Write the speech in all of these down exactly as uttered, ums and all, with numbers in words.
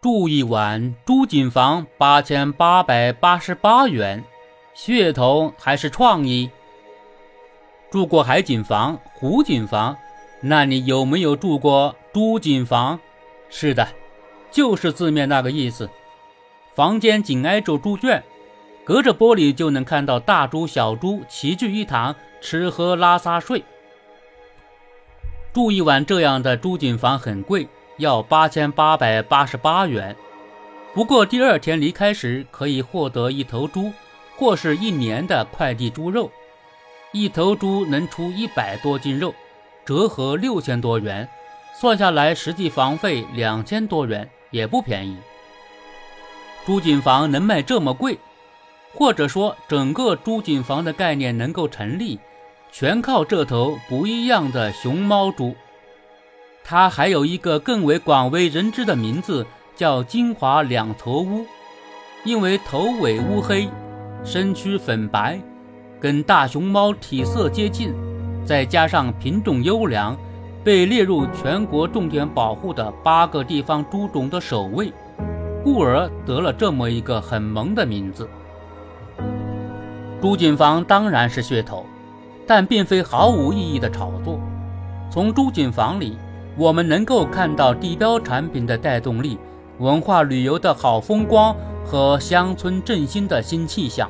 住一晚朱锦房八千八百八十八元，噱头还是创意？住过海景房、湖景房，那你有没有住过朱锦房？是的，就是字面那个意思。房间紧挨着猪圈，隔着玻璃就能看到大猪小猪齐聚一堂，吃喝拉撒睡。住一晚这样的朱锦房很贵，要八千八百八十八元。不过第二天离开时可以获得一头猪，或是一年的快递猪肉。一头猪能出一百多斤肉，折合六千多元，算下来实际房费两千多元，也不便宜。朱锦房能卖这么贵，或者说整个朱锦房的概念能够成立，全靠这头不一样的熊猫猪。它还有一个更为广为人知的名字，叫金华两头乌，因为头尾乌黑，身躯粉白，跟大熊猫体色接近，再加上品种优良，被列入全国重点保护的八个地方猪种的首位，故而得了这么一个很萌的名字。朱锦房当然是噱头，但并非毫无意义的炒作。从朱锦房里我们能够看到地标产品的带动力，文化旅游的好风光和乡村振兴的新气象。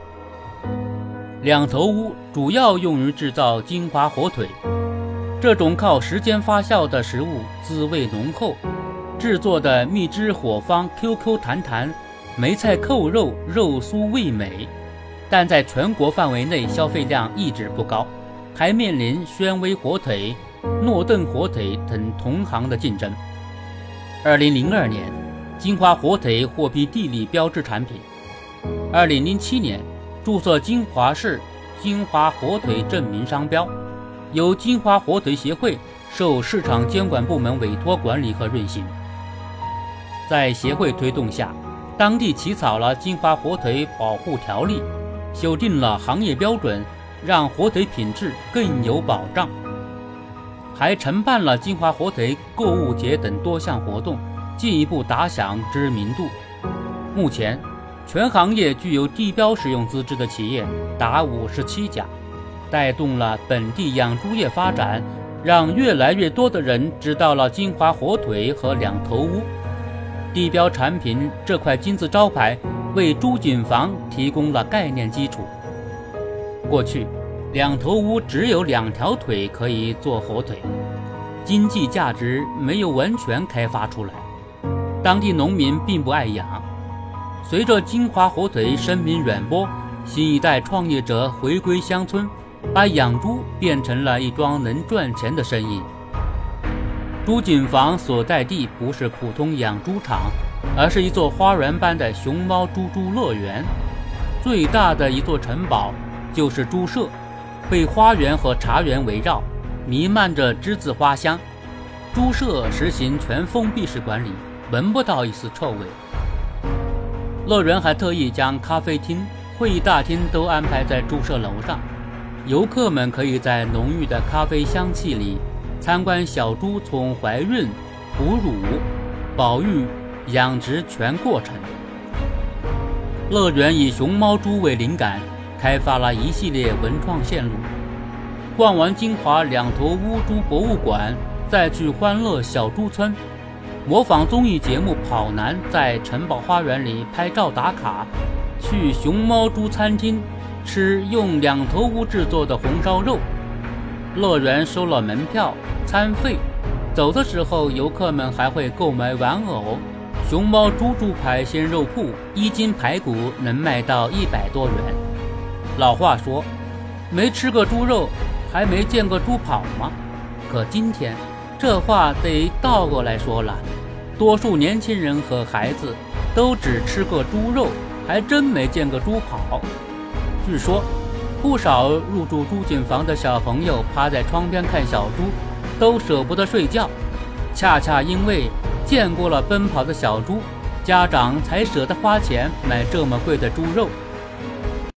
两头乌主要用于制造金华火腿，这种靠时间发酵的食物滋味浓厚，制作的蜜汁火方 Q Q 弹弹，梅菜扣肉肉酥味美，但在全国范围内消费量一直不高，还面临宣威火腿、诺顿火腿等同行的竞争。二零零二年，金华火腿获批地理标志产品。二零零七年，注册金华市金华火腿证明商标，由金华火腿协会受市场监管部门委托管理和运行。在协会推动下，当地起草了金华火腿保护条例，修订了行业标准，让火腿品质更有保障，还承办了金华火腿购物节等多项活动，进一步打响知名度。目前全行业具有地标使用资质的企业达五十七家，带动了本地养猪业发展，让越来越多的人知道了金华火腿和两头乌。地标产品这块金字招牌为朱锦房提供了概念基础。过去两头乌只有两条腿可以做火腿，经济价值没有完全开发出来，当地农民并不爱养。随着金华火腿声名远播，新一代创业者回归乡村，把养猪变成了一桩能赚钱的生意。朱锦房所在地不是普通养猪场，而是一座花园般的熊猫猪猪乐园。最大的一座城堡就是猪舍，被花园和茶园围绕，弥漫着栀子花香。猪舍实行全封闭式管理，闻不到一丝臭味。乐园还特意将咖啡厅、会议大厅都安排在猪舍楼上，游客们可以在浓郁的咖啡香气里参观小猪从怀孕、哺乳、保育、养殖全过程。乐园以熊猫猪为灵感，开发了一系列文创线路。逛完金华两头乌猪博物馆，再去欢乐小猪村，模仿综艺节目跑男在城堡花园里拍照打卡，去熊猫猪餐厅吃用两头乌制作的红烧肉。乐园收了门票餐费，走的时候游客们还会购买玩偶。熊猫猪猪排鲜肉铺一斤排骨能卖到一百多元。老话说，没吃过猪肉还没见过猪跑吗？可今天这话得倒过来说了，多数年轻人和孩子都只吃过猪肉，还真没见过猪跑。据说不少入住朱锦房的小朋友趴在窗边看小猪，都舍不得睡觉，恰恰因为见过了奔跑的小猪，家长才舍得花钱买这么贵的猪肉。